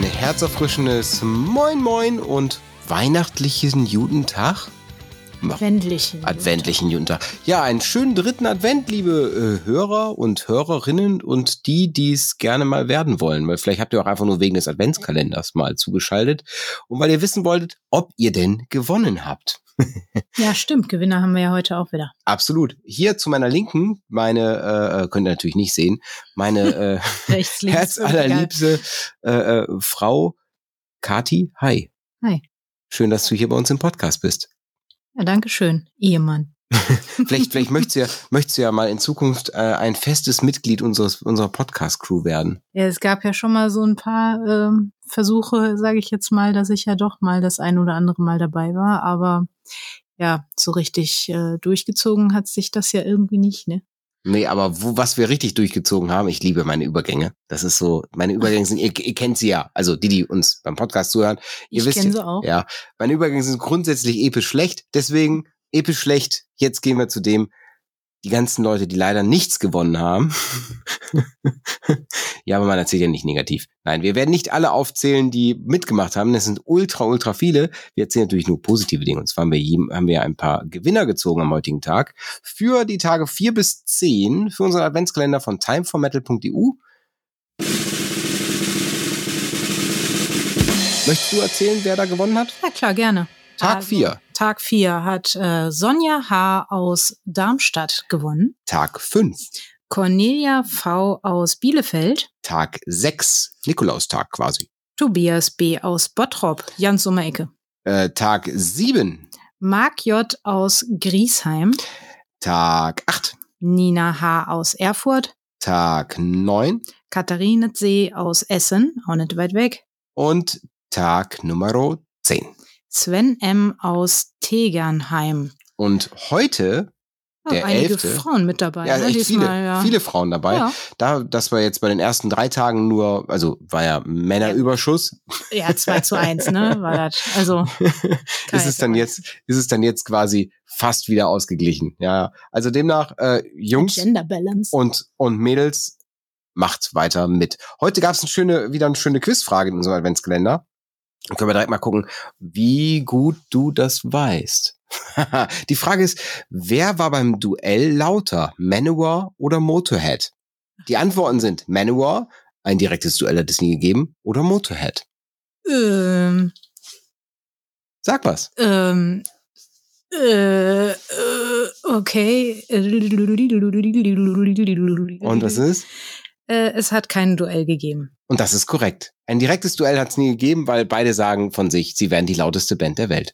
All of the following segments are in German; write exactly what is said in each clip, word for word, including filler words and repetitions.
herzerfrischendes Moin Moin und weihnachtlichen guten Tag. Adventlichen. Adventlichen guten Tag. Ja, einen schönen dritten Advent, liebe äh, Hörer und Hörerinnen und die, die es gerne mal werden wollen. Weil vielleicht habt ihr auch einfach nur wegen des Adventskalenders mal zugeschaltet und weil ihr wissen wolltet, ob ihr denn gewonnen habt. Ja, stimmt. Gewinner haben wir ja heute auch wieder. Absolut. Hier zu meiner Linken, meine, äh, könnt ihr natürlich nicht sehen, meine äh, Rechts, links, herzallerliebste äh, äh, Frau Kati. Hi. Hi. Schön, dass du hier bei uns im Podcast bist. Ja, danke schön, Ehemann. vielleicht vielleicht möchtest du ja, möchtest du ja mal in Zukunft äh, ein festes Mitglied unseres unserer Podcast-Crew werden. Ja, es gab ja schon mal so ein paar ähm, Versuche, sage ich jetzt mal, dass ich ja doch mal das ein oder andere Mal dabei war. Aber ja, so richtig äh, durchgezogen hat sich das ja irgendwie nicht, ne? Nee, aber wo, was wir richtig durchgezogen haben, ich liebe meine Übergänge. Das ist so, meine Übergänge sind, ihr, ihr kennt sie ja, also die, die uns beim Podcast zuhören. Ihr Ich wisst kenne ja, sie auch. Ja, meine Übergänge sind grundsätzlich episch schlecht, deswegen episch schlecht. Jetzt gehen wir zu dem, die ganzen Leute, die leider nichts gewonnen haben. Ja, aber man erzählt ja nicht negativ. Nein, wir werden nicht alle aufzählen, die mitgemacht haben. Das sind ultra, ultra viele. Wir erzählen natürlich nur positive Dinge. Und zwar haben wir, jedem, haben wir ein paar Gewinner gezogen am heutigen Tag für die Tage vier bis zehn für unseren Adventskalender von time for metal punkt e u. Möchtest du erzählen, wer da gewonnen hat? Ja, klar, gerne. Tag vier. Also, Tag vier hat äh, Sonja H. aus Darmstadt gewonnen. Tag fünf. Cornelia V. aus Bielefeld. Tag sechs. Nikolaustag quasi. Tobias B. aus Bottrop, Jans um die Ecke. Äh, Tag sieben. Marc J. aus Griesheim. Tag acht. Nina H. aus Erfurt. Tag neun. Katharine C. aus Essen, auch nicht weit weg. Und Tag Nummer zehn. Sven M. aus Tegernheim. Und heute, Oh, der einige elfte. Frauen mit dabei. Ja, ne, echt diesmal, viele, ja. viele Frauen dabei. Ja. Da, das war jetzt bei den ersten drei Tagen nur, also war ja Männerüberschuss. Ja, zwei zu eins, ne, war das. Also, ist es dann jetzt, ist es dann jetzt quasi fast wieder ausgeglichen. Ja, also demnach, äh, Jungs Gender Balance. und, und Mädels, macht weiter mit. Heute gab es eine schöne, wieder eine schöne Quizfrage in unserem Adventskalender. Dann können wir direkt mal gucken, wie gut du das weißt. Die Frage ist, wer war beim Duell lauter, Manowar oder Motorhead? Die Antworten sind Manowar, ein direktes Duell hat es nie gegeben, oder Motorhead. Ähm, Sag was. ähm, äh, äh, okay. Und was ist? Äh, es hat kein Duell gegeben. Und das ist korrekt. Ein direktes Duell hat es nie gegeben, weil beide sagen von sich, sie wären die lauteste Band der Welt.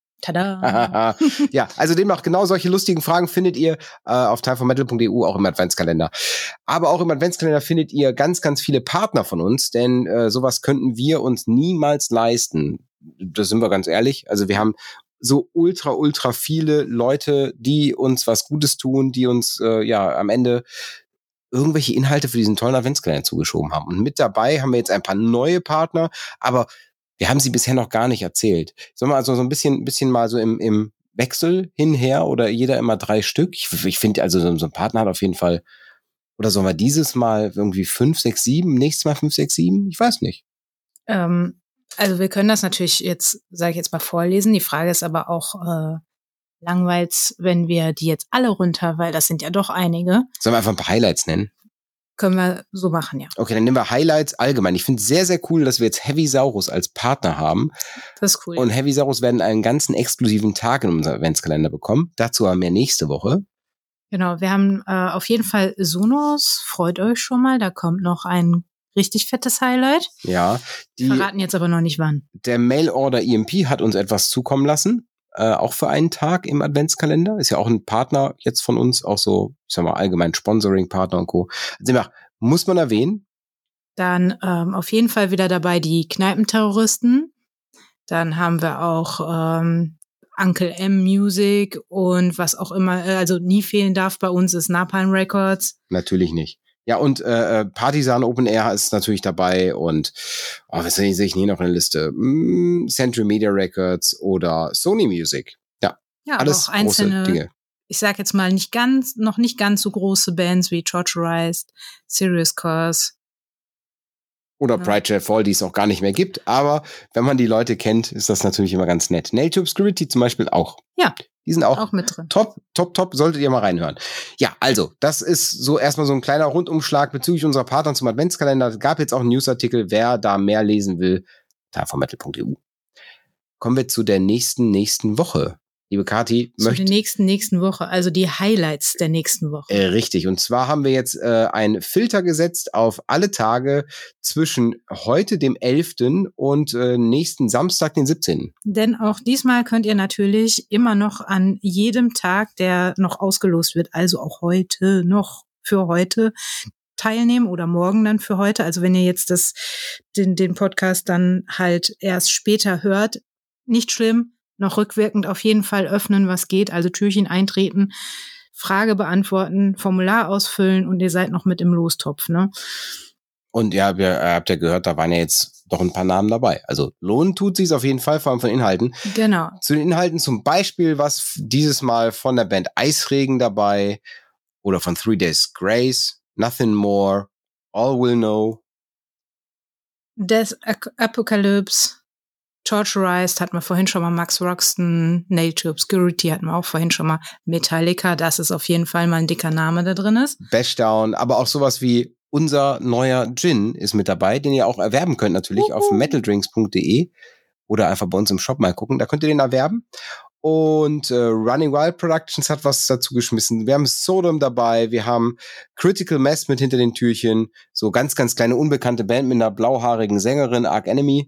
Tada! Ja, also demnach genau solche lustigen Fragen findet ihr äh, auf time for metal punkt e u auch im Adventskalender. Aber auch im Adventskalender findet ihr ganz, ganz viele Partner von uns, denn äh, sowas könnten wir uns niemals leisten. Das sind wir ganz ehrlich. Also wir haben so ultra, ultra viele Leute, die uns was Gutes tun, die uns äh, ja am Ende irgendwelche Inhalte für diesen tollen Adventskalender zugeschoben haben. Und mit dabei haben wir jetzt ein paar neue Partner, aber wir haben sie bisher noch gar nicht erzählt. Sollen wir also so ein bisschen, bisschen mal so im, im Wechsel hinher oder jeder immer drei Stück? Ich, ich finde, also so, so ein Partner hat auf jeden Fall, oder sollen wir dieses Mal irgendwie fünf, sechs, sieben, nächstes Mal fünf, sechs, sieben? Ich weiß nicht. Ähm, also wir können das natürlich jetzt, sage ich jetzt mal, vorlesen. Die Frage ist aber auch, äh, langweilt's, wenn wir die jetzt alle runter, weil das sind ja doch einige. Sollen wir einfach ein paar Highlights nennen? Können wir so machen, ja. Okay, dann nehmen wir Highlights allgemein. Ich finde es sehr, sehr cool, dass wir jetzt Heavisaurus als Partner haben. Das ist cool. Und Heavisaurus werden einen ganzen exklusiven Tag in unserem Adventskalender bekommen. Dazu haben wir nächste Woche. Genau, wir haben äh, auf jeden Fall Sonos. Freut euch schon mal. Da kommt noch ein richtig fettes Highlight. Ja. Die, verraten jetzt aber noch nicht wann. Der Mail-Order E M P hat uns etwas zukommen lassen. Äh, auch für einen Tag im Adventskalender. Ist ja auch ein Partner jetzt von uns. Auch so, ich sag mal, allgemein Sponsoring-Partner und Co. Also, muss man erwähnen. Dann ähm, auf jeden Fall wieder dabei die Kneipenterroristen. Dann haben wir auch ähm, Uncle M Music und was auch immer, also nie fehlen darf bei uns ist Napalm Records. Natürlich nicht. Ja, und äh, Partisan Open Air ist natürlich dabei und oh, was sehe ich hier noch in der Liste? Hm, Century Media Records oder Sony Music. Ja, ja alles auch einzelne, große Dinge. Ich sag jetzt mal nicht ganz, noch nicht ganz so große Bands wie Torturized, Serious Cause. Oder Ja. Pride Shall Fall, die es auch gar nicht mehr gibt. Aber wenn man die Leute kennt, ist das natürlich immer ganz nett. Nail to Obscurity zum Beispiel auch. Ja. Die sind auch, Auch mit drin. top, top, top. Solltet ihr mal reinhören. Ja, also, das ist so erstmal so ein kleiner Rundumschlag bezüglich unserer Partner zum Adventskalender. Es gab jetzt auch einen Newsartikel. Wer da mehr lesen will, time for metal punkt e u. Kommen wir zu der nächsten, nächsten Woche. Liebe Kathi, Zu möchte der nächsten, nächsten Woche, also die Highlights der nächsten Woche. Äh, richtig. Und zwar haben wir jetzt äh, einen Filter gesetzt auf alle Tage zwischen heute, dem elften und äh, nächsten Samstag, den siebzehnten. Denn auch diesmal könnt ihr natürlich immer noch an jedem Tag, der noch ausgelost wird, also auch heute noch für heute teilnehmen oder morgen dann für heute. Also wenn ihr jetzt das, den, den Podcast dann halt erst später hört, nicht schlimm. Noch rückwirkend auf jeden Fall öffnen, was geht, also Türchen eintreten, Frage beantworten, Formular ausfüllen und ihr seid noch mit im Lostopf, ne? Und ja, ihr habt ja gehört, da waren ja jetzt doch ein paar Namen dabei. Also lohnen tut sich's auf jeden Fall, vor allem von Inhalten. Genau. Zu den Inhalten zum Beispiel was dieses Mal von der Band Eisregen dabei oder von Three Days Grace, Nothing More, All Will Know. Death Apocalypse, Torturized hatten wir vorhin schon mal, Max Roxton, Nail to Obscurity hatten wir auch vorhin schon mal, Metallica, das ist auf jeden Fall mal ein dicker Name da drin ist. Bashdown, aber auch sowas wie unser neuer Gin ist mit dabei, den ihr auch erwerben könnt natürlich Uhu. auf metal drinks punkt de oder einfach bei uns im Shop mal gucken, da könnt ihr den erwerben. Und äh, Running Wild Productions hat was dazu geschmissen. Wir haben Sodom dabei, wir haben Critical Mass mit hinter den Türchen, so ganz, ganz kleine unbekannte Band mit einer blauhaarigen Sängerin, Arch Enemy.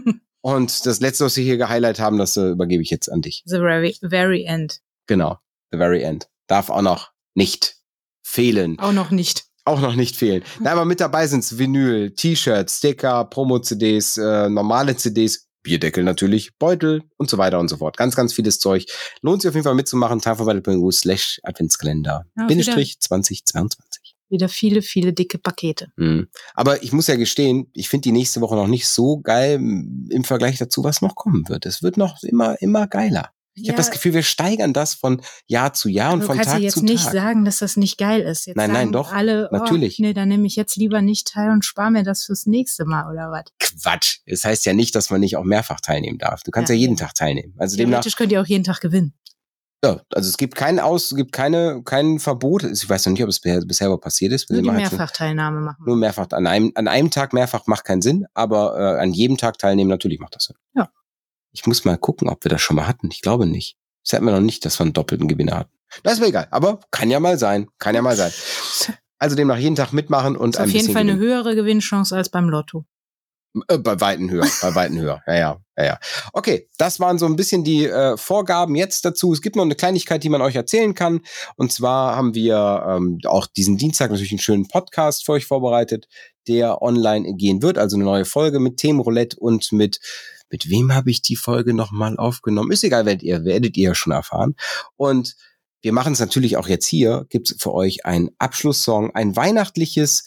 Und das letzte, was wir hier gehighlightet haben, das äh, übergebe ich jetzt an dich. The very, very end. Genau, The Very End. Darf auch noch nicht fehlen. Auch noch nicht. Auch noch nicht fehlen. Na, aber mit dabei sind's Vinyl, T-Shirts, Sticker, Promo-C Ds, äh, normale C Ds, Bierdeckel natürlich, Beutel und so weiter und so fort. Ganz, ganz vieles Zeug. Lohnt sich auf jeden Fall mitzumachen. time for metal punkt e u slash Adventskalender. Ja, Bindestrich zwanzig zweiundzwanzig. Wieder viele, viele dicke Pakete. Mhm. Aber ich muss ja gestehen, ich finde die nächste Woche noch nicht so geil im Vergleich dazu, was noch kommen wird. Es wird noch immer, immer geiler. Ich Ja. habe das Gefühl, wir steigern das von Jahr zu Jahr und Du von kannst ja Tag jetzt zu nicht Tag. sagen, dass das nicht geil ist. Jetzt Nein, sagen nein, doch, alle, oh, natürlich. nee, dann nehme ich jetzt lieber nicht teil und spare mir das fürs nächste Mal oder was. Quatsch. Es heißt ja nicht, dass man nicht auch mehrfach teilnehmen darf. Du kannst ja, Ja, jeden ja. Tag teilnehmen. Also demnach, Theoretisch könnt ihr auch jeden Tag gewinnen. ja, also es gibt kein Aus, es gibt keine, kein Verbot. Ich weiß noch nicht, ob es bisher, bisher überhaupt passiert ist. Nur Sie die machen jetzt Mehrfachteilnahme machen. Nur mehrfach, an einem, an einem Tag mehrfach macht keinen Sinn, aber äh, an jedem Tag teilnehmen, natürlich macht das Sinn. Ja. Ich muss mal gucken, ob wir das schon mal hatten. Ich glaube nicht. Das hatten wir noch nicht, dass wir einen doppelten Gewinner hatten. Das ist mir egal, aber kann ja mal sein. Kann ja mal sein. Also demnach jeden Tag mitmachen und Ist ein auf jeden bisschen Fall eine gewinnen. höhere Gewinnchance als beim Lotto. Äh, bei Weitem höher, bei Weitem höher. Ja, ja, ja, ja. Okay, das waren so ein bisschen die äh, Vorgaben jetzt dazu. Es gibt noch eine Kleinigkeit, die man euch erzählen kann. Und zwar haben wir ähm, auch diesen Dienstag natürlich einen schönen Podcast für euch vorbereitet, der online gehen wird. Also eine neue Folge mit Themenroulette und mit mit wem habe ich die Folge nochmal aufgenommen? Ist egal, werdet ihr, werdet ihr ja schon erfahren. Und wir machen es natürlich auch jetzt hier. Gibt es für euch einen Abschlusssong, ein weihnachtliches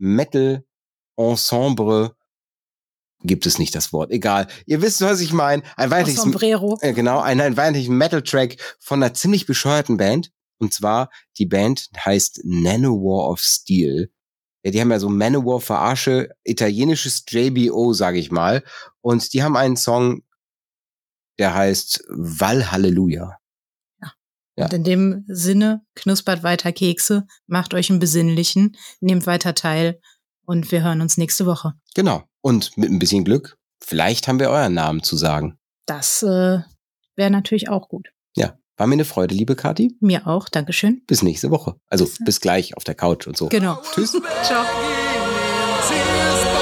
Metal-Ensemble. Gibt es nicht das Wort. Egal. Ihr wisst, was ich meine. Ein weihnachtliches, Sombrero. äh, genau, ein, ein weihnachtlichen Metal-Track von einer ziemlich bescheuerten Band. Und zwar, die Band heißt Nanowar of Steel. Ja, die haben ja so Manowar-Verarsche, italienisches J B O, sage ich mal. Und die haben einen Song, der heißt Valhalleluja. Ja. Und in dem Sinne, knuspert weiter Kekse, macht euch einen besinnlichen, nehmt weiter teil und wir hören uns nächste Woche. Genau. Und mit ein bisschen Glück, vielleicht haben wir euren Namen zu sagen. Das äh, wäre natürlich auch gut. Ja, war mir eine Freude, liebe Kathi. Mir auch, Dankeschön. Bis nächste Woche. Also Bis dann. bis gleich auf der Couch und so. Genau. Tschüss. Ciao. Ciao.